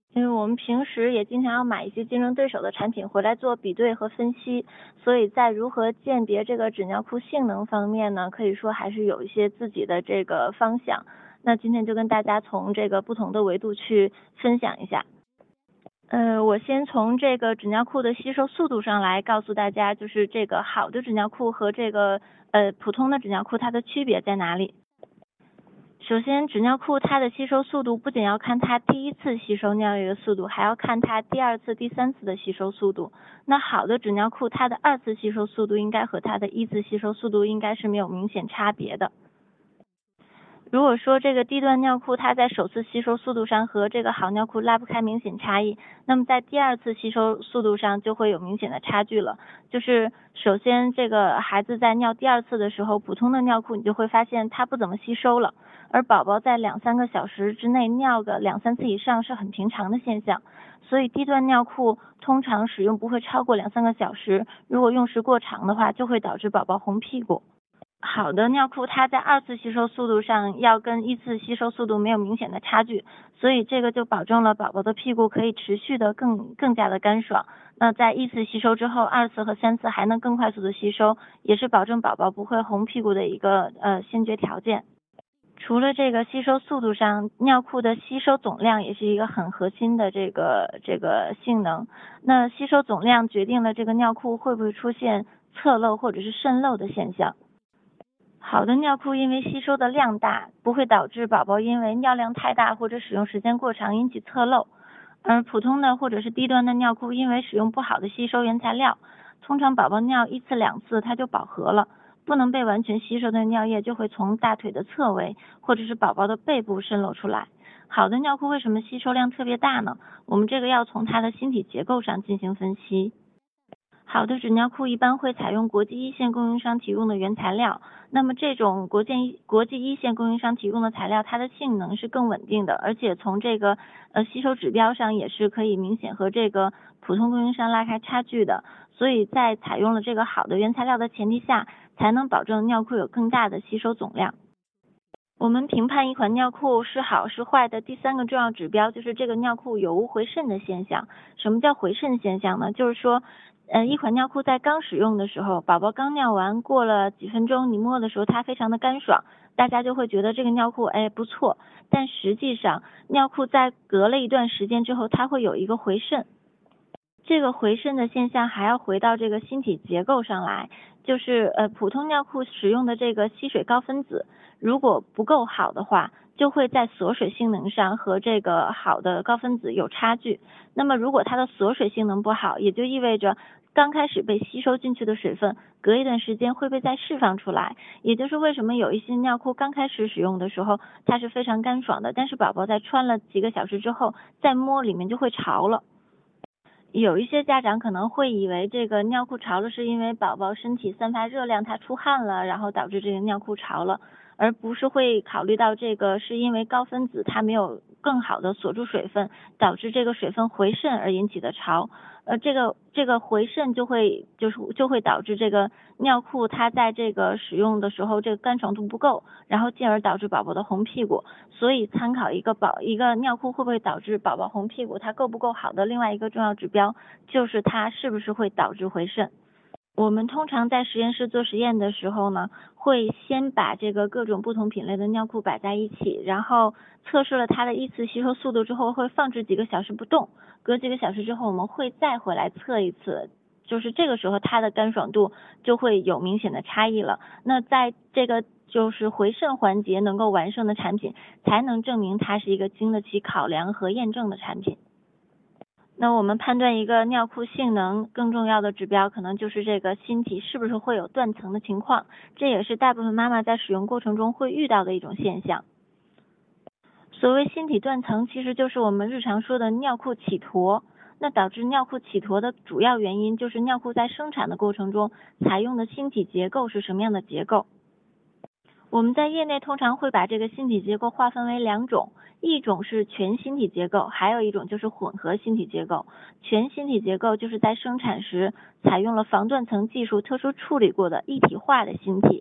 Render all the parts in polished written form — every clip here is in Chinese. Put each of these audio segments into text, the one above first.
因为我们平时也经常要买一些竞争对手的产品回来做比对和分析，所以在如何鉴别这个纸尿裤性能方面呢，可以说还是有一些自己的这个方向。那今天就跟大家从这个不同的维度去分享一下。我先从这个纸尿裤的吸收速度上来告诉大家，就是这个好的纸尿裤和这个普通的纸尿裤它的区别在哪里。首先，纸尿裤它的吸收速度不仅要看它第一次吸收尿液的速度，还要看它第二次、第三次的吸收速度。那好的纸尿裤，它的二次吸收速度应该和它的一次吸收速度应该是没有明显差别的。如果说这个低端尿裤它在首次吸收速度上和这个好尿裤拉不开明显差异，那么在第二次吸收速度上就会有明显的差距了。就是首先这个孩子在尿第二次的时候，普通的尿裤你就会发现它不怎么吸收了，而宝宝在2-3个小时之内尿个2-3次以上是很平常的现象。所以低端尿裤通常使用不会超过2-3个小时，如果用时过长的话，就会导致宝宝红屁股。好的尿裤它在二次吸收速度上要跟一次吸收速度没有明显的差距，所以这个就保证了宝宝的屁股可以持续的更加的干爽。那在一次吸收之后，二次和三次还能更快速的吸收，也是保证宝宝不会红屁股的一个先决条件。除了这个吸收速度上，尿裤的吸收总量也是一个很核心的这个性能。那吸收总量决定了这个尿裤会不会出现侧漏或者是渗漏的现象。好的尿裤因为吸收的量大，不会导致宝宝因为尿量太大或者使用时间过长引起侧漏。而普通的或者是低端的尿裤因为使用不好的吸收原材料，通常宝宝尿1次2次它就饱和了，不能被完全吸收的尿液就会从大腿的侧围或者是宝宝的背部渗漏出来。好的尿裤为什么吸收量特别大呢？我们这个要从它的芯体结构上进行分析。好的纸尿裤一般会采用国际一线供应商提供的原材料，那么这种国际一线供应商提供的材料，它的性能是更稳定的，而且从这个吸收指标上也是可以明显和这个普通供应商拉开差距的，所以在采用了这个好的原材料的前提下，才能保证尿裤有更大的吸收总量。我们评判一款尿裤是好是坏的第3个重要指标就是这个尿裤有无回渗的现象。什么叫回渗现象呢？就是说一款尿裤在刚使用的时候，宝宝刚尿完过了几分钟，你摸的时候它非常的干爽，大家就会觉得这个尿裤不错，但实际上尿裤在隔了一段时间之后，它会有一个回渗。这个回渗的现象还要回到这个芯体结构上来，就是普通尿裤使用的这个吸水高分子，如果不够好的话，就会在锁水性能上和这个好的高分子有差距。那么如果它的锁水性能不好，也就意味着刚开始被吸收进去的水分，隔一段时间会被再释放出来。也就是为什么有一些尿裤刚开始使用的时候，它是非常干爽的，但是宝宝在穿了几个小时之后，再摸里面就会潮了。有一些家长可能会以为这个尿裤潮了是因为宝宝身体散发热量，他出汗了，然后导致这个尿裤潮了，而不是会考虑到这个是因为高分子它没有更好的锁住水分，导致这个水分回渗而引起的潮。这个回渗就会导致这个尿裤它在这个使用的时候这个干爽度不够，然后进而导致宝宝的红屁股。所以参考一个尿裤会不会导致宝宝红屁股，它够不够好的另外一个重要指标就是它是不是会导致回渗。我们通常在实验室做实验的时候呢，会先把这个各种不同品类的尿裤摆在一起，然后测试了它的一次吸收速度之后，会放置几个小时不动，隔几个小时之后我们会再回来测一次，就是这个时候它的干爽度就会有明显的差异了。那在这个就是回渗环节能够完胜的产品，才能证明它是一个经得起考量和验证的产品。那我们判断一个尿裤性能更重要的指标，可能就是这个芯体是不是会有断层的情况，这也是大部分妈妈在使用过程中会遇到的一种现象。所谓芯体断层，其实就是我们日常说的尿裤起坨。那导致尿裤起坨的主要原因就是尿裤在生产的过程中采用的芯体结构是什么样的结构。我们在业内通常会把这个芯体结构划分为2种，一种是全芯体结构，还有一种就是混合芯体结构。全芯体结构就是在生产时采用了防断层技术特殊处理过的一体化的芯体。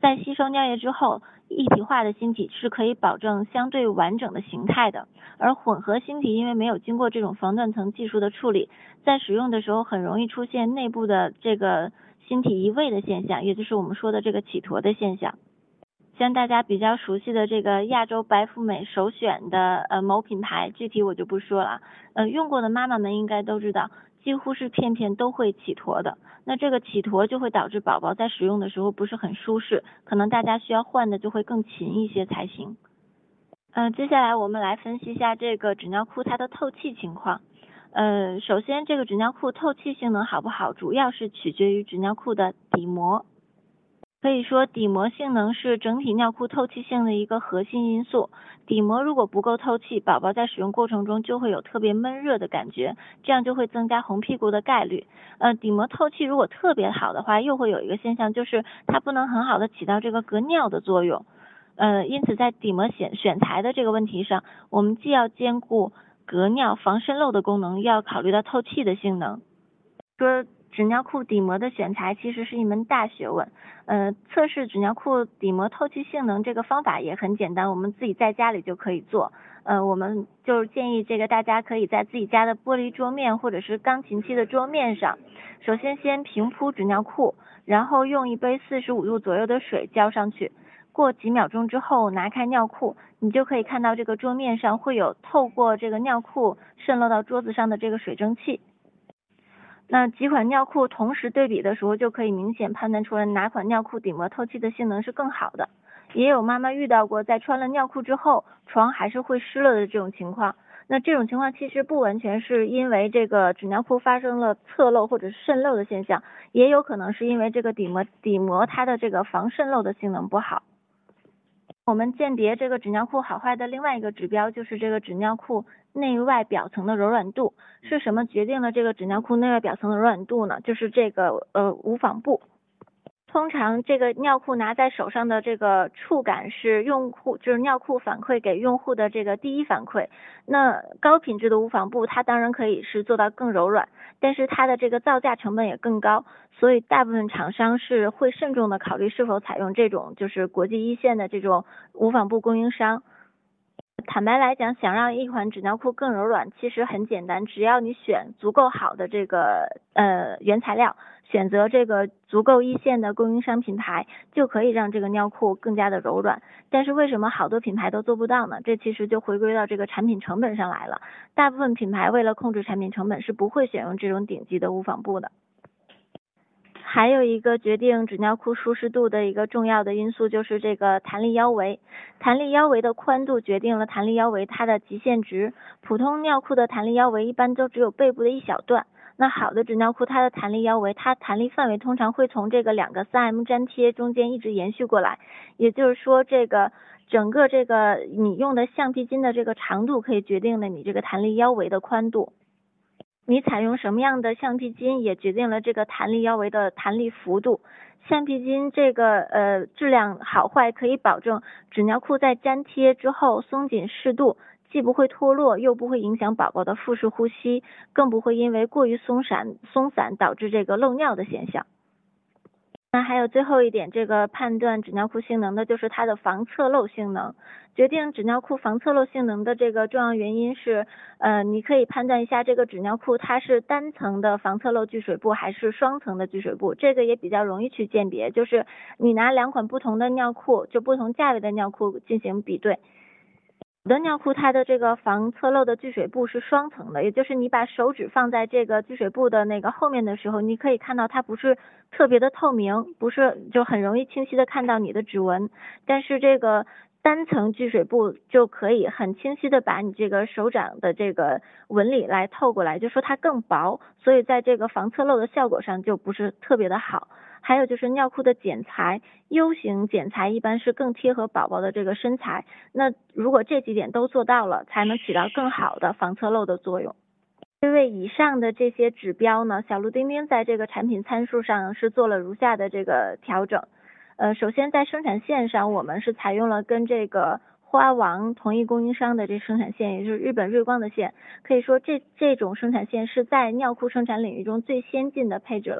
在吸收尿液之后，一体化的芯体是可以保证相对完整的形态的，而混合芯体因为没有经过这种防断层技术的处理，在使用的时候很容易出现内部的这个芯体移位的现象，也就是我们说的这个起坨的现象。像大家比较熟悉的这个亚洲白富美首选的某品牌，具体我就不说了，用过的妈妈们应该都知道，几乎是片片都会起坨的。那这个起坨就会导致宝宝在使用的时候不是很舒适，可能大家需要换的就会更勤一些才行。接下来我们来分析一下这个纸尿裤它的透气情况。首先这个纸尿裤透气性能好不好，主要是取决于纸尿裤的底膜。可以说底膜性能是整体尿裤透气性的一个核心因素，底膜如果不够透气，宝宝在使用过程中就会有特别闷热的感觉，这样就会增加红屁股的概率。底膜透气如果特别好的话，又会有一个现象，就是它不能很好的起到这个隔尿的作用。因此在底膜选材的这个问题上，我们既要兼顾隔尿防渗漏的功能，又要考虑到透气的性能。说纸尿裤底膜的选材其实是一门大学问，测试纸尿裤底膜透气性能这个方法也很简单，我们自己在家里就可以做。我们就建议这个大家可以在自己家的玻璃桌面或者是钢琴漆的桌面上，首先平铺纸尿裤，然后用一杯45度左右的水浇上去，过几秒钟之后拿开尿裤，你就可以看到这个桌面上会有透过这个尿裤渗漏到桌子上的这个水蒸气。那几款尿裤同时对比的时候，就可以明显判断出来哪款尿裤底膜透气的性能是更好的。也有妈妈遇到过在穿了尿裤之后床还是会湿了的这种情况，那这种情况其实不完全是因为这个纸尿裤发生了侧漏或者是渗漏的现象，也有可能是因为这个底膜它的这个防渗漏的性能不好。我们鉴别这个纸尿裤好坏的另外一个指标就是这个纸尿裤内外表层的柔软度。是什么决定了这个纸尿裤内外表层的柔软度呢？就是这个无纺布。通常这个尿裤拿在手上的这个触感是就是尿裤反馈给用户的这个第一反馈。那高品质的无纺布它当然可以是做到更柔软，但是它的这个造价成本也更高，所以大部分厂商是会慎重的考虑是否采用这种就是国际一线的这种无纺布供应商。坦白来讲，想让一款纸尿裤更柔软，其实很简单，只要你选足够好的这个原材料，选择这个足够一线的供应商品牌，就可以让这个尿裤更加的柔软。但是为什么好多品牌都做不到呢？这其实就回归到这个产品成本上来了。大部分品牌为了控制产品成本，是不会选用这种顶级的无纺布的。还有一个决定纸尿裤舒适度的一个重要的因素就是这个弹力腰围。弹力腰围的宽度决定了弹力腰围它的极限值。普通尿裤的弹力腰围一般都只有背部的一小段，那好的纸尿裤它的弹力腰围，它弹力范围通常会从这个2个3M 粘贴中间一直延续过来，也就是说这个整个这个你用的橡皮筋的这个长度可以决定了你这个弹力腰围的宽度。你采用什么样的橡皮筋也决定了这个弹力腰围的弹力幅度。橡皮筋这个质量好坏可以保证纸尿裤在粘贴之后松紧适度，既不会脱落，又不会影响宝宝的腹式呼吸，更不会因为过于松散导致这个漏尿的现象。那还有最后一点，这个判断纸尿裤性能的就是它的防侧漏性能。决定纸尿裤防侧漏性能的这个重要原因是，你可以判断一下这个纸尿裤它是单层的防侧漏聚水布还是双层的聚水布，这个也比较容易去鉴别，就是你拿2款不同的尿裤，就不同价位的尿裤进行比对。有的尿裤它的这个防侧漏的聚水布是双层的，也就是你把手指放在这个聚水布的那个后面的时候，你可以看到它不是特别的透明，不是就很容易清晰的看到你的指纹，但是这个单层聚水布就可以很清晰的把你这个手掌的这个纹理来透过来，就说它更薄，所以在这个防侧漏的效果上就不是特别的好。还有就是尿裤的剪裁 ，U 型剪裁一般是更贴合宝宝的这个身材。那如果这几点都做到了，才能起到更好的防侧漏的作用。因为以上的这些指标呢，小鹿丁丁在这个产品参数上是做了如下的这个调整。首先在生产线上，我们是采用了跟这个花王同一供应商的这生产线，也就是日本瑞光的线，可以说这种生产线是在尿裤生产领域中最先进的配置了。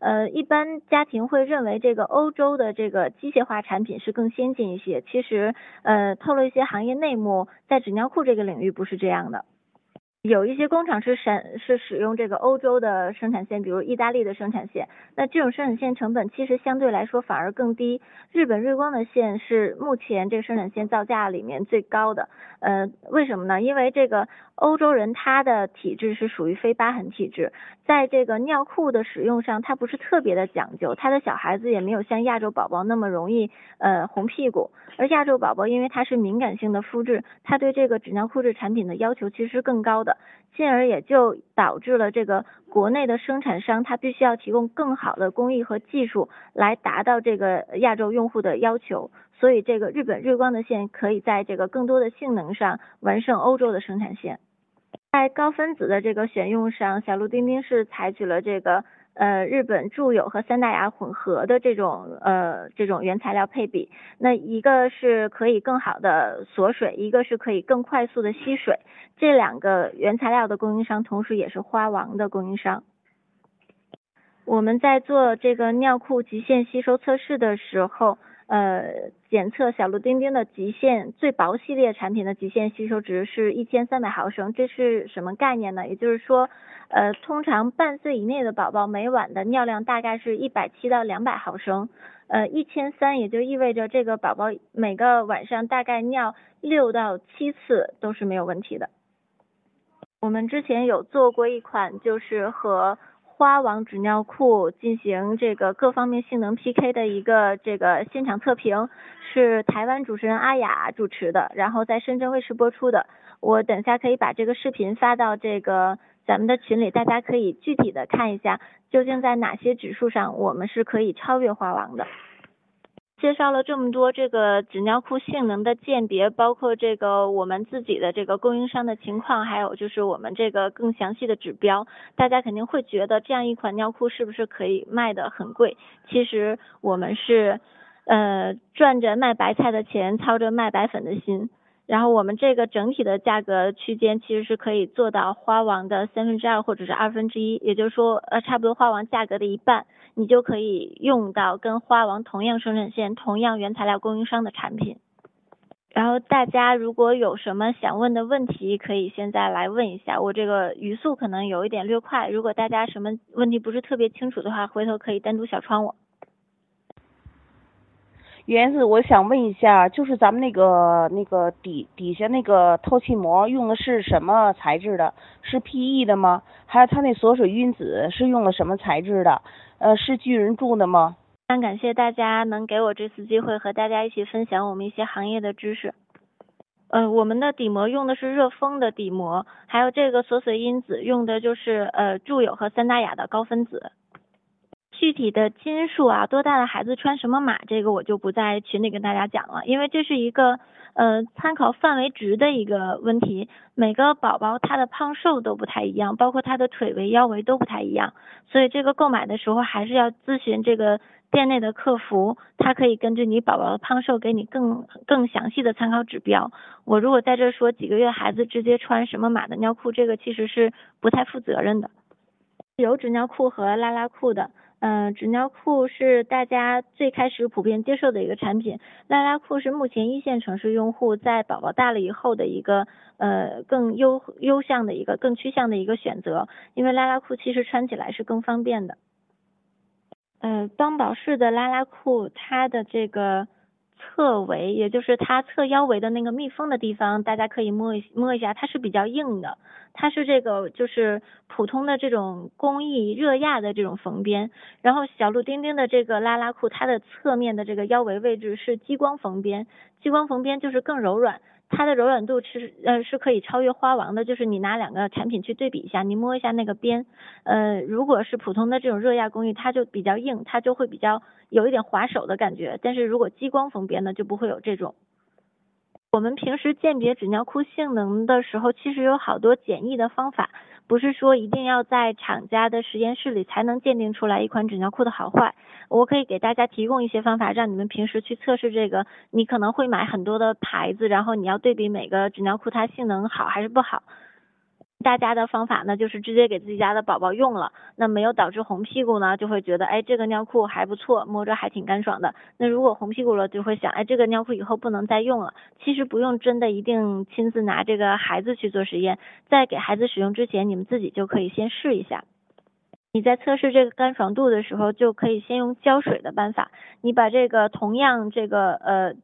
一般家庭会认为这个欧洲的这个机械化产品是更先进一些，其实透露一些行业内幕，在纸尿裤这个领域不是这样的。有一些工厂是使用这个欧洲的生产线，比如意大利的生产线，那这种生产线成本其实相对来说反而更低。日本瑞光的线是目前这个生产线造价里面最高的，为什么呢？因为这个欧洲人他的体质是属于非疤痕体质，在这个尿裤的使用上，他不是特别的讲究，他的小孩子也没有像亚洲宝宝那么容易红屁股，而亚洲宝宝因为它是敏感性的肤质，他对这个纸尿裤这产品的要求其实是更高的。进而也就导致了这个国内的生产商他必须要提供更好的工艺和技术来达到这个亚洲用户的要求，所以这个日本日光的线可以在这个更多的性能上完胜欧洲的生产线。在高分子的这个选用上，小鹿丁丁是采取了这个日本住友和三大亚混合的这种原材料配比，那一个是可以更好的锁水，一个是可以更快速的吸水，这两个原材料的供应商同时也是花王的供应商。我们在做这个尿裤极限吸收测试的时候，检测小鹿丁丁的极限最薄系列产品的极限吸收值是1300毫升，这是什么概念呢？也就是说，通常半岁以内的宝宝每晚的尿量大概是170到200毫升，1300也就意味着这个宝宝每个晚上大概尿6到7次都是没有问题的。我们之前有做过一款就是和花王纸尿裤进行这个各方面性能 PK 的一个这个现场测评，是台湾主持人阿雅主持的，然后在深圳卫视播出的。我等下可以把这个视频发到这个咱们的群里，大家可以具体的看一下，究竟在哪些指数上我们是可以超越花王的。介绍了这么多这个纸尿裤性能的鉴别，包括这个我们自己的这个供应商的情况，还有就是我们这个更详细的指标，大家肯定会觉得这样一款尿裤是不是可以卖得很贵？其实我们是赚着卖白菜的钱，操着卖白粉的心。然后我们这个整体的价格区间其实是可以做到花王的2/3或者是1/2，也就是说差不多花王价格的一半，你就可以用到跟花王同样生产线、同样原材料供应商的产品。然后大家如果有什么想问的问题，可以现在来问一下，我这个语速可能有一点略快，如果大家什么问题不是特别清楚的话，回头可以单独小窗我。 原子，我想问一下，就是咱们那个底下那个透气膜用的是什么材质的？是 PE 的吗？还有它那锁水晕子是用了什么材质的？是巨人铸的吗？ 非常感谢大家能给我这次机会和大家一起分享我们一些行业的知识。我们的底膜用的是热风的底膜，还有这个锁水因子用的就是住友和三大亚的高分子。具体的斤数啊，多大的孩子穿什么码，这个我就不在群里跟大家讲了，因为这是一个参考范围值的一个问题，每个宝宝他的胖瘦都不太一样，包括他的腿围腰围都不太一样，所以这个购买的时候还是要咨询这个店内的客服，他可以根据你宝宝的胖瘦给你更详细的参考指标。我如果在这说几个月孩子直接穿什么码的尿裤，这个其实是不太负责任的。有纸尿裤和拉拉裤的，纸尿裤是大家最开始普遍接受的一个产品，拉拉裤是目前一线城市用户在宝宝大了以后的一个更优向的一个更趋向的一个选择，因为拉拉裤其实穿起来是更方便的。邦宝适的拉拉裤，它的这个侧围，也就是它侧腰围的那个密封的地方，大家可以摸一下，它是比较硬的，它是这个就是普通的这种工艺热轧的这种缝边。然后小鹿丁丁的这个拉拉裤，它的侧面的这个腰围位置是激光缝边，激光缝边就是更柔软。它的柔软度是可以超越花王的，就是你拿两个产品去对比一下，你摸一下那个边，如果是普通的这种热轧工艺，它就比较硬，它就会比较有一点滑手的感觉，但是如果激光缝边呢，就不会有这种。我们平时鉴别纸尿裤性能的时候，其实有好多简易的方法，不是说一定要在厂家的实验室里才能鉴定出来一款纸尿裤的好坏。我可以给大家提供一些方法，让你们平时去测试这个。你可能会买很多的牌子，然后你要对比每个纸尿裤它性能好还是不好。 大家的方法呢，就是直接给自己家的宝宝用了，那没有导致红屁股呢，就会觉得哎这个尿裤还不错，摸着还挺干爽的。那如果红屁股了，就会想哎这个尿裤以后不能再用了。其实不用真的一定亲自拿这个孩子去做实验，在给孩子使用之前，你们自己就可以先试一下。你在测试这个干爽度的时候，就可以先用浇水的办法。你把这个同样这个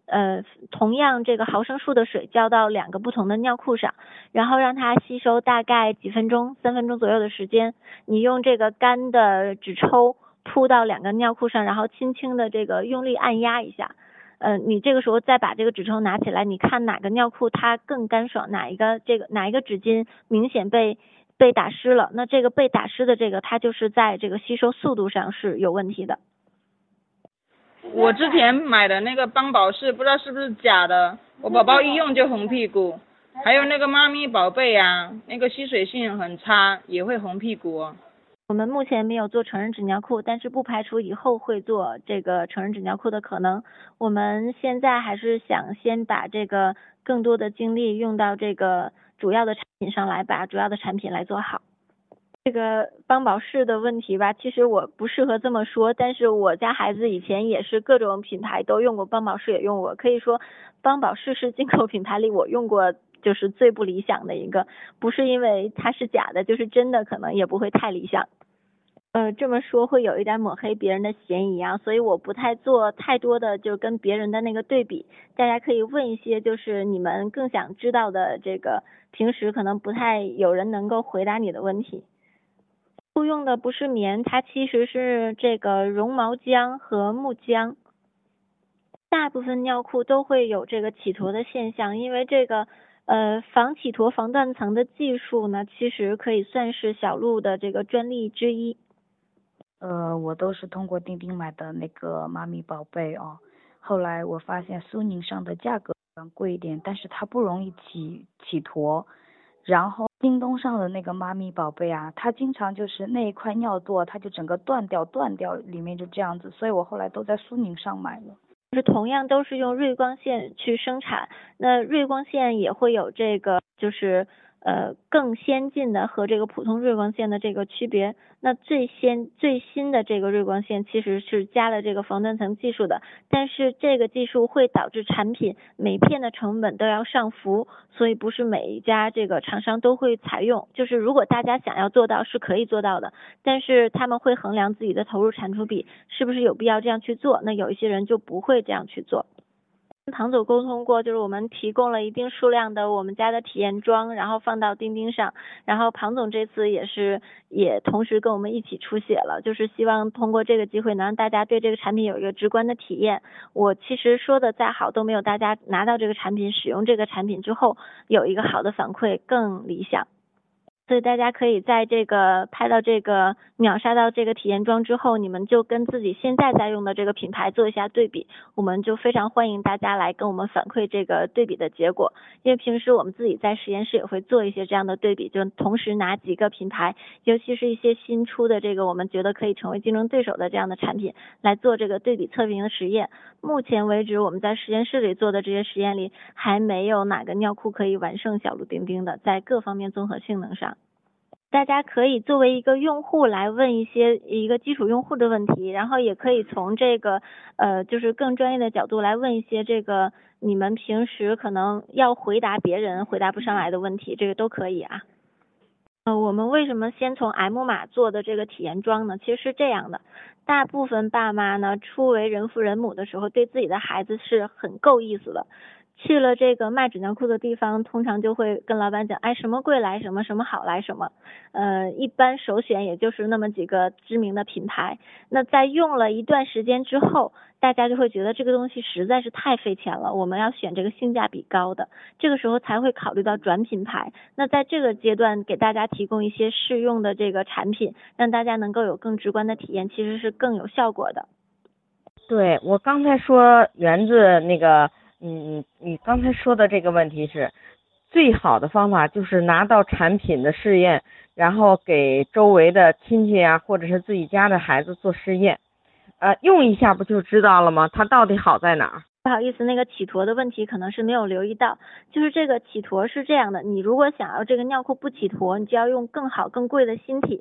毫升数的水浇到2个不同的尿裤上，然后让它吸收大概几分钟，3分钟左右的时间。你用这个干的纸抽铺到2个尿裤上，然后轻轻的这个用力按压一下。你这个时候再把这个纸抽拿起来，你看哪个尿裤它更干爽，哪一个纸巾明显被打湿了，那这个被打湿的这个它就是在这个吸收速度上是有问题的。 我之前买的那个邦宝适不知道是不是假的，我宝宝一用就红屁股，还有那个妈咪宝贝啊，那个吸水性很差，也会红屁股哦。 我们目前没有做成人纸尿裤，但是不排除以后会做这个成人纸尿裤的可能。我们现在还是想先把这个更多的精力用到这个主要的产品上来，把主要的产品来做好。这个邦宝适的问题吧，其实我不适合这么说，但是我家孩子以前也是各种品牌都用过，邦宝适也用过，可以说邦宝适是进口品牌里我用过就是最不理想的一个，不是因为它是假的，就是真的可能也不会太理想。这么说会有一点抹黑别人的嫌疑啊，所以我不太做太多的就跟别人的那个对比，大家可以问一些就是你们更想知道的这个平时可能不太有人能够回答你的问题。用的不是棉，它其实是这个绒毛浆和木浆。大部分尿裤都会有这个起坨的现象，因为这个防起坨防断层的技术呢，其实可以算是小鹿的这个专利之一。 我都是通过钉钉买的那个妈咪宝贝哦，后来我发现苏宁上的价格贵一点，但是它不容易起坨，然后京东上的那个妈咪宝贝啊，它经常就是那一块尿垛它就整个断掉，里面就这样子，所以我后来都在苏宁上买了。 就是同样都是用瑞光线去生产，那瑞光线也会有这个就是更先进的和这个普通瑞光线的这个区别。那最新的这个瑞光线其实是加了这个防断层技术的，但是这个技术会导致产品每片的成本都要上浮，所以不是每一家这个厂商都会采用。就是如果大家想要做到是可以做到的，但是他们会衡量自己的投入产出比是不是有必要这样去做，那有一些人就不会这样去做。唐总沟通过，就是我们提供了一定数量的我们家的体验装，然后放到钉钉上，然后庞总这次也同时跟我们一起出血了，就是希望通过这个机会能让大家对这个产品有一个直观的体验。我其实说的再好都没有大家拿到这个产品使用这个产品之后有一个好的反馈更理想。所以大家可以在这个拍到这个秒杀到这个体验装之后，你们就跟自己现在在用的这个品牌做一下对比，我们就非常欢迎大家来跟我们反馈这个对比的结果。因为平时我们自己在实验室也会做一些这样的对比，就同时拿几个品牌，尤其是一些新出的这个我们觉得可以成为竞争对手的这样的产品来做这个对比测评的实验。目前为止我们在实验室里做的这些实验里，还没有哪个尿裤可以完胜小鹿丁丁的，在各方面综合性能上。大家可以作为一个用户来问一个基础用户的问题，然后也可以从这个就是更专业的角度来问一些这个你们平时可能要回答别人回答不上来的问题，这个都可以啊。我们为什么先从 M 码做的这个体验装呢？其实是这样的，大部分爸妈呢初为人父人母的时候，对自己的孩子是很够意思的。去了这个卖纸尿裤的地方，通常就会跟老板讲，哎，什么贵来什么，什么好来什么。一般首选也就是那么几个知名的品牌。那在用了一段时间之后，大家就会觉得这个东西实在是太费钱了，我们要选这个性价比高的，这个时候才会考虑到转品牌。那在这个阶段给大家提供一些试用的这个产品，让大家能够有更直观的体验，其实是更有效果的。 对，我刚才说园子那个你刚才说的这个问题是最好的方法，就是拿到产品的试验，然后给周围的亲戚啊或者是自己家的孩子做试验，用一下不就知道了吗？它到底好在哪儿？ 不好意思，那个起坨的问题可能是没有留意到，就是这个起坨是这样的，你如果想要这个尿裤不起坨，你就要用更好更贵的芯体，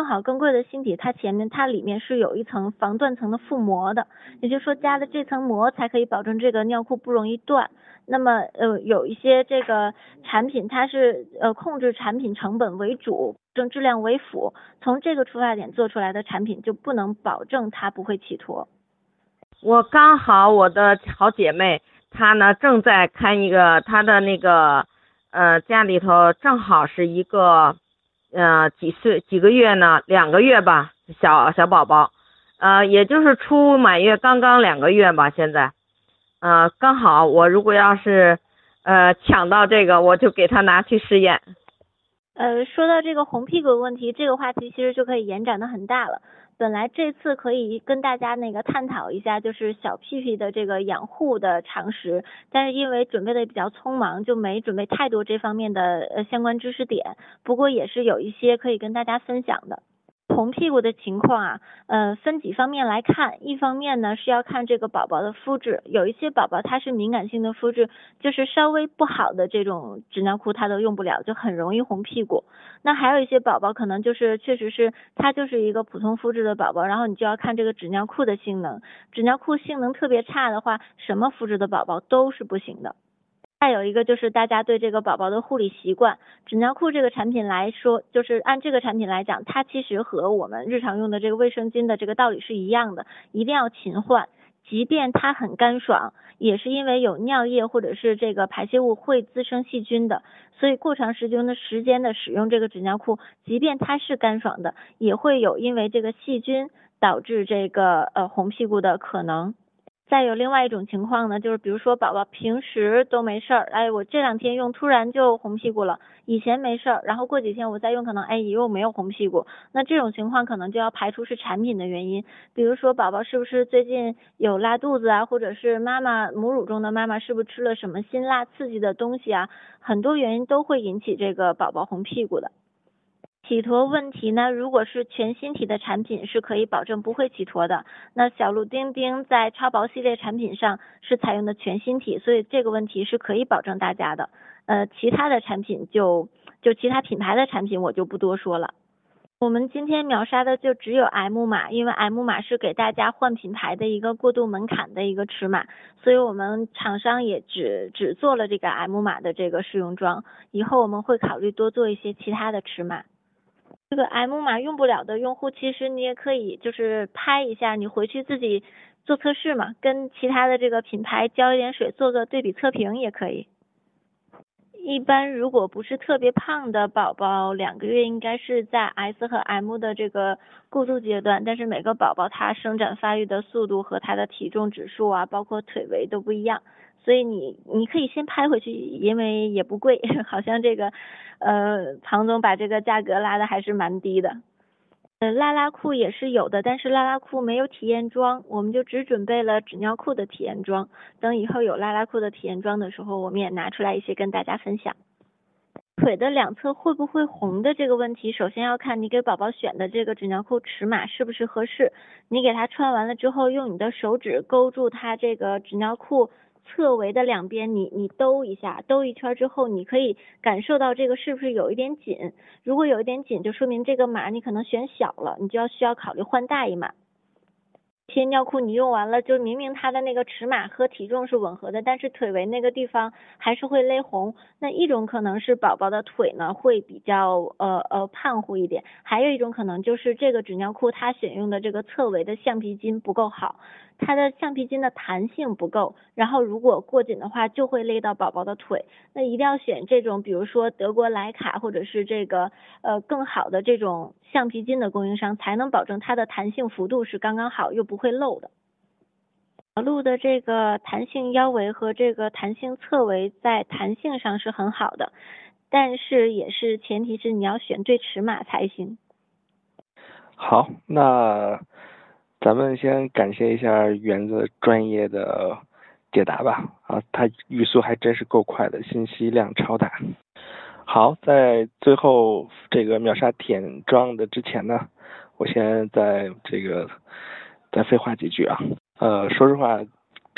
它里面是有一层防断层的覆膜的，也就是说加了这层膜才可以保证这个尿裤不容易断。那么有一些这个产品它是控制产品成本为主，证质量为辅，从这个出发点做出来的产品就不能保证它不会起坨。 我刚好我的好姐妹她呢正在看一个，她的那个家里头正好是一个几个月呢，2个月吧，小宝宝，也就是出满月刚刚2个月吧，现在刚好我如果要是抢到这个，我就给她拿去试验。 说到这个红屁股问题，这个话题其实就可以延展的很大了。本来这次可以跟大家探讨一下，就是小屁屁的这个养护的常识，但是因为准备的比较匆忙，就没准备太多这方面的相关知识点。不过也是有一些可以跟大家分享的。红屁股的情况啊，分几方面来看。一方面呢是要看这个宝宝的肤质，有一些宝宝他是敏感性的肤质，就是稍微不好的这种纸尿裤他都用不了，就很容易红屁股。那还有一些宝宝可能就是确实是他就是一个普通肤质的宝宝，然后你就要看这个纸尿裤的性能，纸尿裤性能特别差的话，什么肤质的宝宝都是不行的。再有一个就是大家对这个宝宝的护理习惯，纸尿裤这个产品来说，就是按这个产品来讲，它其实和我们日常用的这个卫生巾的这个道理是一样的，一定要勤换。即便它很干爽，也是因为有尿液或者是这个排泄物会滋生细菌的，所以过长时间的使用这个纸尿裤，即便它是干爽的，也会有因为这个细菌导致这个红屁股的可能。再有另外一种情况呢，就是比如说宝宝平时都没事儿，我这2天用突然就红屁股了，以前没事儿，然后过几天我再用可能又没有红屁股，那这种情况可能就要排除是产品的原因，比如说宝宝是不是最近有拉肚子啊，或者是母乳中的妈妈是不是吃了什么辛辣刺激的东西啊，很多原因都会引起这个宝宝红屁股的。起坨问题呢，如果是全芯体的产品是可以保证不会起坨的。那小鹿丁丁在超薄系列产品上是采用的全芯体，所以这个问题是可以保证大家的。其他的产品就其他品牌的产品我就不多说了。我们今天秒杀的就只有 M 码，因为 M 码是给大家换品牌的一个过渡门槛的一个尺码，所以我们厂商也只做了这个 M 码的这个试用装，以后我们会考虑多做一些其他的尺码。这个 M 码用不了的用户，其实你也可以就是拍一下，你回去自己做测试嘛，跟其他的这个品牌浇一点水做个对比测评也可以。一般如果不是特别胖的宝宝，2个月应该是在 S 和 M 的这个过渡阶段，但是每个宝宝他生长发育的速度和他的体重指数啊，包括腿围都不一样，所以你可以先拍回去，因为也不贵，好像这个庞总把这个价格拉的还是蛮低的。拉拉裤也是有的，但是拉拉裤没有体验装，我们就只准备了纸尿裤的体验装，等以后有拉拉裤的体验装的时候，我们也拿出来一些跟大家分享。腿的2侧会不会红的这个问题，首先要看你给宝宝选的这个纸尿裤尺码是不是合适，你给他穿完了之后，用你的手指勾住他这个纸尿裤侧围的2边，你兜一下，兜一圈之后，你可以感受到这个是不是有一点紧，如果有一点紧，就说明这个码你可能选小了，你就需要考虑换大一码。这些尿裤你用完了，就明明它的那个尺码和体重是吻合的，但是腿围那个地方还是会勒红。那一种可能是宝宝的腿呢会比较胖乎一点，还有一种可能就是这个纸尿裤它选用的这个侧围的橡皮筋不够好，它的橡皮筋的弹性不够，然后如果过紧的话就会勒到宝宝的腿。那一定要选这种比如说德国莱卡或者是这个更好的这种橡皮筋的供应商，才能保证它的弹性幅度是刚刚好又不会漏的。小鹿的这个弹性腰围和这个弹性侧围在弹性上是很好的，但是也是前提是你要选对尺码才行。 好，那咱们先感谢一下园子专业的解答吧。他语速还真是够快的，信息量超大。好，在最后这个秒杀体验装的之前呢，我先再废话几句啊。说实话，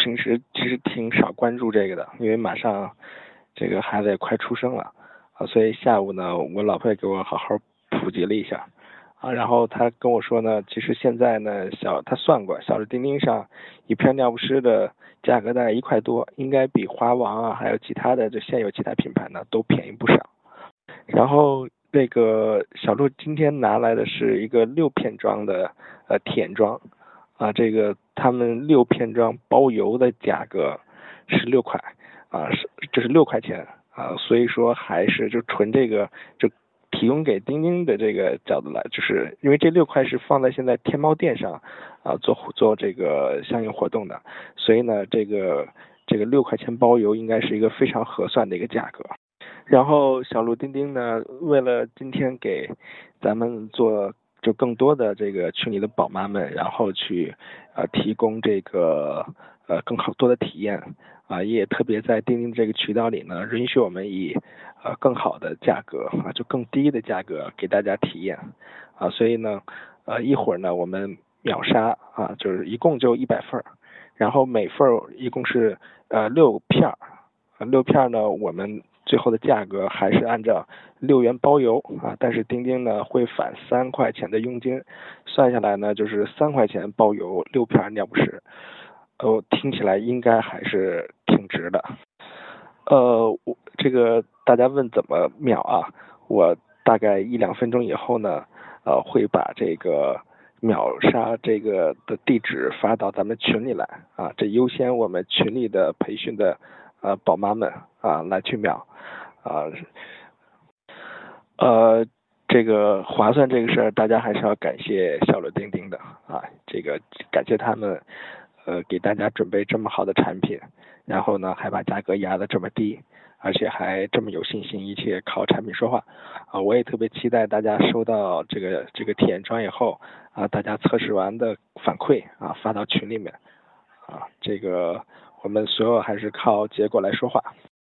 平时其实挺少关注这个的，因为马上这个孩子也快出生了啊，所以下午呢，我老婆也给我好好普及了一下啊，然后她跟我说呢，其实现在呢，她算过，小的钉钉上一片尿不湿的价格大概1块多，应该比华王啊，还有其他的这现有其他品牌呢都便宜不少。然后那个小鹿今天拿来的是一个6片装的舔装啊，这个他们6片装包邮的价格是6块啊，这是6块钱啊，所以说还是就纯这个就提供给钉钉的这个角度来，就是因为这6块是放在现在天猫店上啊做这个相应活动的，所以呢这个6块钱包邮应该是一个非常合算的一个价格。然后小鹿钉钉呢，为了今天给咱们做就更多的这个群里的宝妈们，然后去提供这个更好多的体验啊，也特别在钉钉这个渠道里呢，允许我们以更好的价格啊，就更低的价格给大家体验啊，所以呢一会儿呢我们秒杀啊，就是一共就100份，然后每份一共是6片，6片呢我们最后的价格还是按照6元包邮啊，但是钉钉呢会返3块钱的佣金，算下来呢就是3块钱包邮6片尿不湿，听起来应该还是挺值的。我这个大家问怎么秒啊？我大概1-2分钟以后呢，会把这个秒杀这个的地址发到咱们群里来啊，这优先我们群里的培训的宝妈们啊来去秒啊，这个划算这个事儿，大家还是要感谢小鹿钉钉的啊，这个感谢他们给大家准备这么好的产品，然后呢还把价格压得这么低，而且还这么有信心，一切靠产品说话啊！我也特别期待大家收到这个体验装以后啊，大家测试完的反馈啊发到群里面啊，这个我们所有还是靠结果来说话。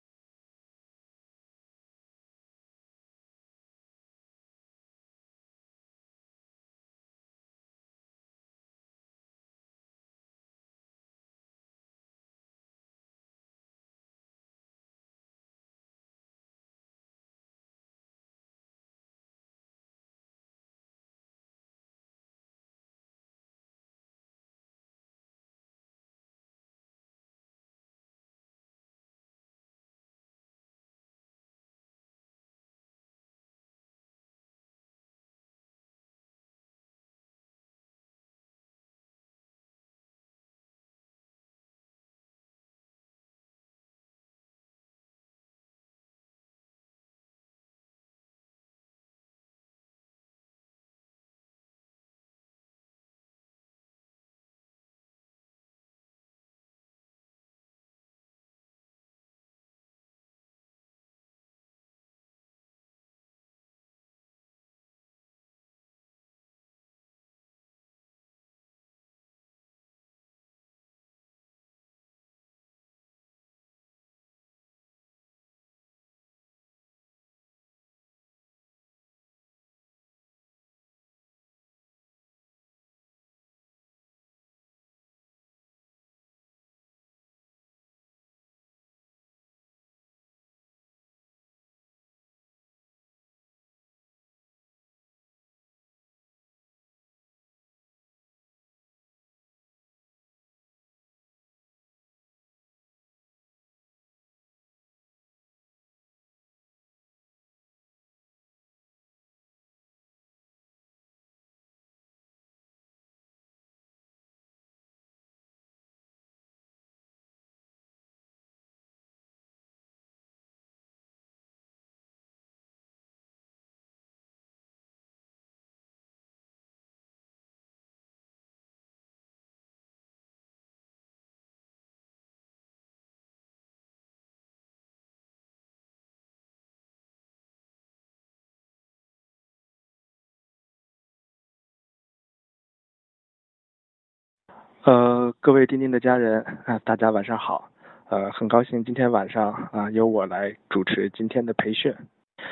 各位钉钉的家人啊，大家晚上好。很高兴今天晚上啊由我来主持今天的培训。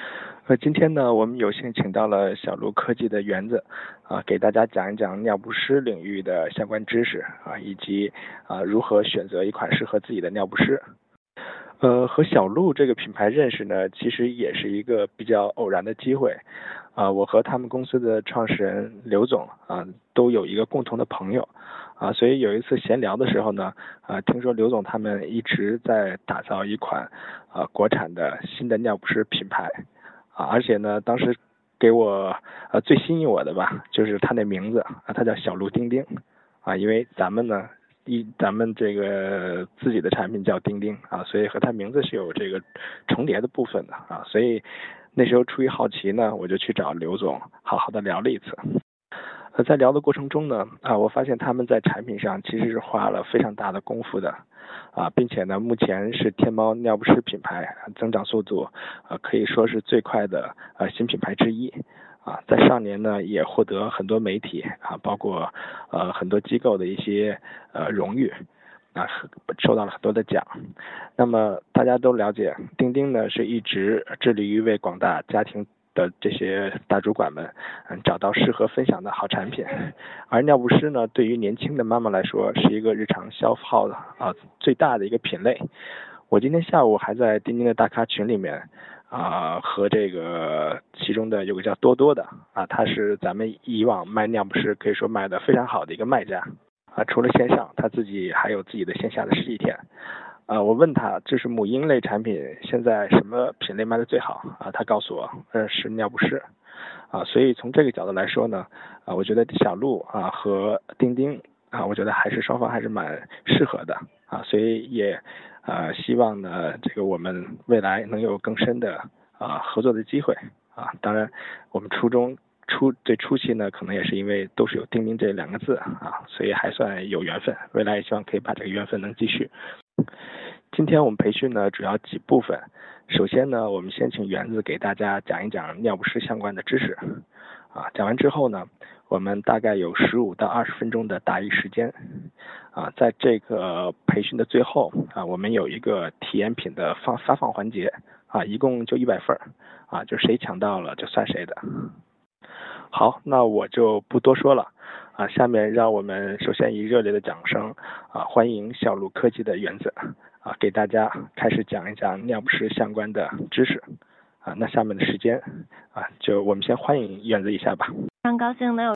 今天呢，我们有幸请到了小鹿科技的园子，给大家讲一讲尿不湿领域的相关知识以及如何选择一款适合自己的尿不湿。和小鹿这个品牌认识呢，其实也是一个比较偶然的机会。我和他们公司的创始人刘总都有一个共同的朋友所以有一次闲聊的时候呢，听说刘总他们一直在打造一款国产的新的尿不湿品牌而且呢，当时给我最吸引我的吧，就是它那名字它叫小鹿丁丁因为咱们这个自己的产品叫丁丁所以和它名字是有这个重叠的部分的所以那时候出于好奇呢，我就去找刘总好好的聊了一次。在聊的过程中呢，我发现他们在产品上其实是花了非常大的功夫的并且呢，目前是天猫尿不湿品牌增长速度可以说是最快的新品牌之一在上年呢也获得很多媒体包括很多机构的一些荣誉受到了很多的奖。那么大家都了解，钉钉呢是一直致力于为广大家庭的这些大主管们找到适合分享的好产品，而尿不湿呢对于年轻的妈妈来说是一个日常消耗的最大的一个品类。我今天下午还在钉钉的大咖群里面和这个其中的有个叫多多的他是咱们以往卖尿不湿可以说卖的非常好的一个卖家除了线上他自己还有自己的线下的实体店我问他这是母婴类产品现在什么品类卖的最好他告诉我是尿不湿所以从这个角度来说呢我觉得小鹿和钉钉我觉得双方还是蛮适合的所以也希望呢这个我们未来能有更深的合作的机会当然我们最初期呢可能也是因为都是有钉钉这两个字所以还算有缘分，未来也希望可以把这个缘分能继续。今天我们培训呢主要几部分，首先呢我们先请园子给大家讲一讲尿不湿相关的知识讲完之后呢我们大概有15到20分钟的答疑时间在这个培训的最后我们有一个体验品的发放环节一共就100份就谁抢到了就算谁的。好，那我就不多说了下面让我们首先以热烈的掌声欢迎小鹿科技的园子给大家开始讲一讲尿不湿相关的知识那下面的时间就我们先欢迎园子一下吧。 非常高兴能有